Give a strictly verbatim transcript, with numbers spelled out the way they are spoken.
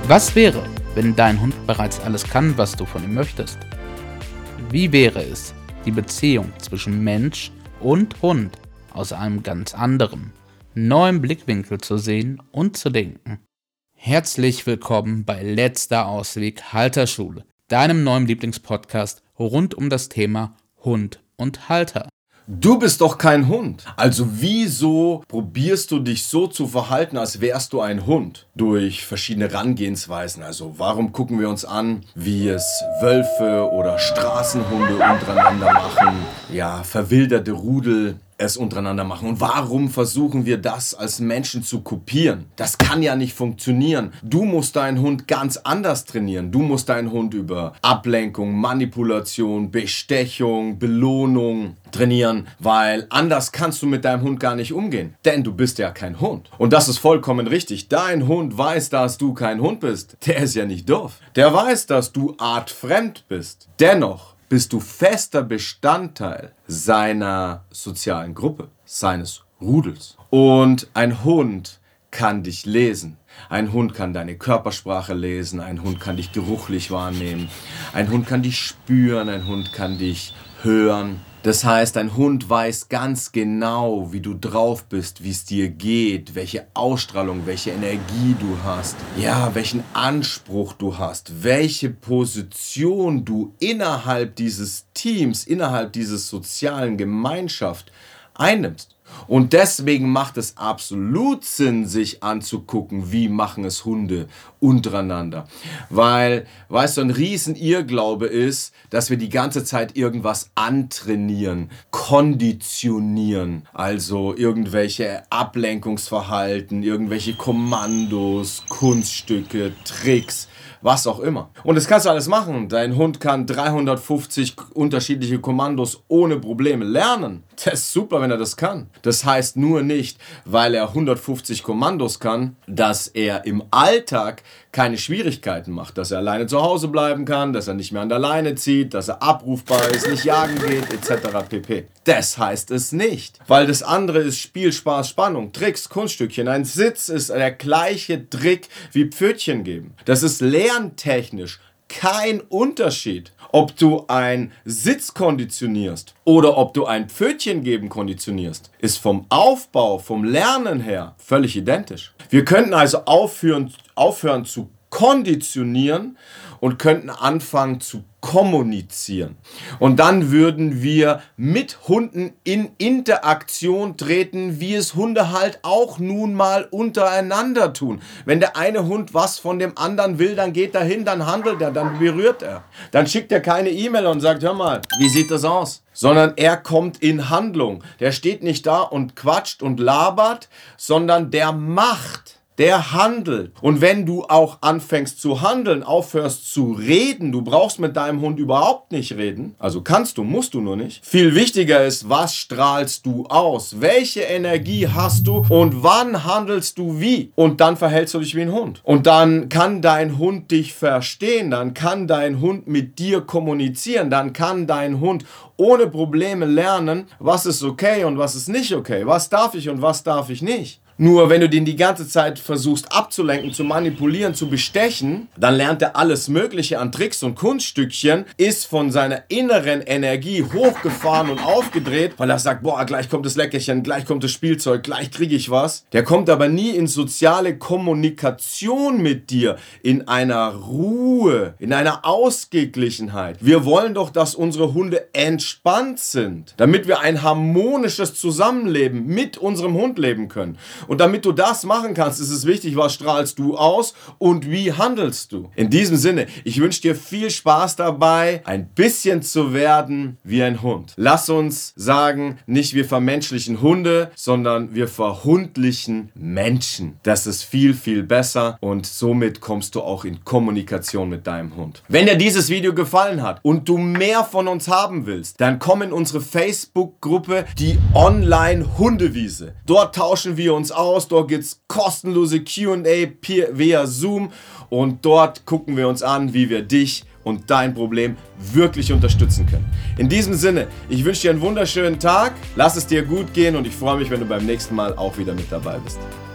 Was wäre, wenn dein Hund bereits alles kann, was du von ihm möchtest? Wie wäre es, die Beziehung zwischen Mensch und Hund aus einem ganz anderen, neuen Blickwinkel zu sehen und zu denken? Herzlich willkommen bei Letzter Ausweg Halterschule, deinem neuen Lieblingspodcast rund um das Thema Hund und Halter. Du bist doch kein Hund. Also wieso probierst du dich so zu verhalten, als wärst du ein Hund? Durch verschiedene Herangehensweisen. Also warum gucken wir uns an, wie es Wölfe oder Straßenhunde untereinander machen? Ja, verwilderte Rudel es untereinander machen. Und warum versuchen wir das als Menschen zu kopieren? Das kann ja nicht funktionieren. Du musst deinen Hund ganz anders trainieren. Du musst deinen Hund über Ablenkung, Manipulation, Bestechung, Belohnung trainieren, weil anders kannst du mit deinem Hund gar nicht umgehen. Denn du bist ja kein Hund. Und das ist vollkommen richtig. Dein Hund weiß, dass du kein Hund bist. Der ist ja nicht doof. Der weiß, dass du artfremd bist. Dennoch bist du fester Bestandteil seiner sozialen Gruppe, seines Rudels. Und ein Hund kann dich lesen. Ein Hund kann deine Körpersprache lesen, ein Hund kann dich geruchlich wahrnehmen, ein Hund kann dich spüren, ein Hund kann dich hören. Das heißt, ein Hund weiß ganz genau, wie du drauf bist, wie es dir geht, welche Ausstrahlung, welche Energie du hast, ja, welchen Anspruch du hast, welche Position du innerhalb dieses Teams, innerhalb dieses sozialen Gemeinschaft einnimmst. Und deswegen macht es absolut Sinn, sich anzugucken, wie machen es Hunde untereinander. Weil, weißt du, ein riesen Irrglaube ist, dass wir die ganze Zeit irgendwas antrainieren, konditionieren. Also irgendwelche Ablenkungsverhalten, irgendwelche Kommandos, Kunststücke, Tricks, was auch immer. Und das kannst du alles machen. Dein Hund kann dreihundertfünfzig unterschiedliche Kommandos ohne Probleme lernen. Das ist super, wenn er das kann. Das heißt nur nicht, weil er hundertfünfzig Kommandos kann, dass er im Alltag keine Schwierigkeiten macht. Dass er alleine zu Hause bleiben kann, dass er nicht mehr an der Leine zieht, dass er abrufbar ist, nicht jagen geht, et cetera pp. Das heißt es nicht. Weil das andere ist Spiel, Spaß, Spannung, Tricks, Kunststückchen. Ein Sitz ist der gleiche Trick wie Pfötchen geben. Das ist lerntechnisch kein Unterschied, ob du einen Sitz konditionierst oder ob du ein Pfötchen geben konditionierst, ist vom Aufbau, vom Lernen her völlig identisch. Wir könnten also aufhören, aufhören zu konditionieren und könnten anfangen zu kommunizieren. Und dann würden wir mit Hunden in Interaktion treten, wie es Hunde halt auch nun mal untereinander tun. Wenn der eine Hund was von dem anderen will, dann geht er hin, dann handelt er, dann berührt er. Dann schickt er keine E-Mail und sagt, hör mal, wie sieht das aus? Sondern er kommt in Handlung. Der steht nicht da und quatscht und labert, sondern der macht. Der handelt. Und wenn du auch anfängst zu handeln, aufhörst zu reden, du brauchst mit deinem Hund überhaupt nicht reden, also kannst du, musst du nur nicht. Viel wichtiger ist, was strahlst du aus? Welche Energie hast du und wann handelst du wie? Und dann verhältst du dich wie ein Hund. Und dann kann dein Hund dich verstehen, dann kann dein Hund mit dir kommunizieren, dann kann dein Hund ohne Probleme lernen, was ist okay und was ist nicht okay, was darf ich und was darf ich nicht. Nur wenn du den die ganze Zeit versuchst abzulenken, zu manipulieren, zu bestechen, dann lernt er alles Mögliche an Tricks und Kunststückchen, ist von seiner inneren Energie hochgefahren und aufgedreht, weil er sagt, boah, gleich kommt das Leckerchen, gleich kommt das Spielzeug, gleich kriege ich was. Der kommt aber nie in soziale Kommunikation mit dir, in einer Ruhe, in einer Ausgeglichenheit. Wir wollen doch, dass unsere Hunde entspannt sind, damit wir ein harmonisches Zusammenleben mit unserem Hund leben können. Und damit du das machen kannst, ist es wichtig, was strahlst du aus und wie handelst du. In diesem Sinne, ich wünsche dir viel Spaß dabei, ein bisschen zu werden wie ein Hund. Lass uns sagen, nicht wir vermenschlichen Hunde, sondern wir verhundlichen Menschen. Das ist viel, viel besser und somit kommst du auch in Kommunikation mit deinem Hund. Wenn dir dieses Video gefallen hat und du mehr von uns haben willst, dann komm in unsere Facebook-Gruppe, die Online-Hundewiese. Dort tauschen wir uns aus, dort gibt es kostenlose Q und A via Zoom und dort gucken wir uns an, wie wir dich und dein Problem wirklich unterstützen können. In diesem Sinne, ich wünsche dir einen wunderschönen Tag, lass es dir gut gehen und ich freue mich, wenn du beim nächsten Mal auch wieder mit dabei bist.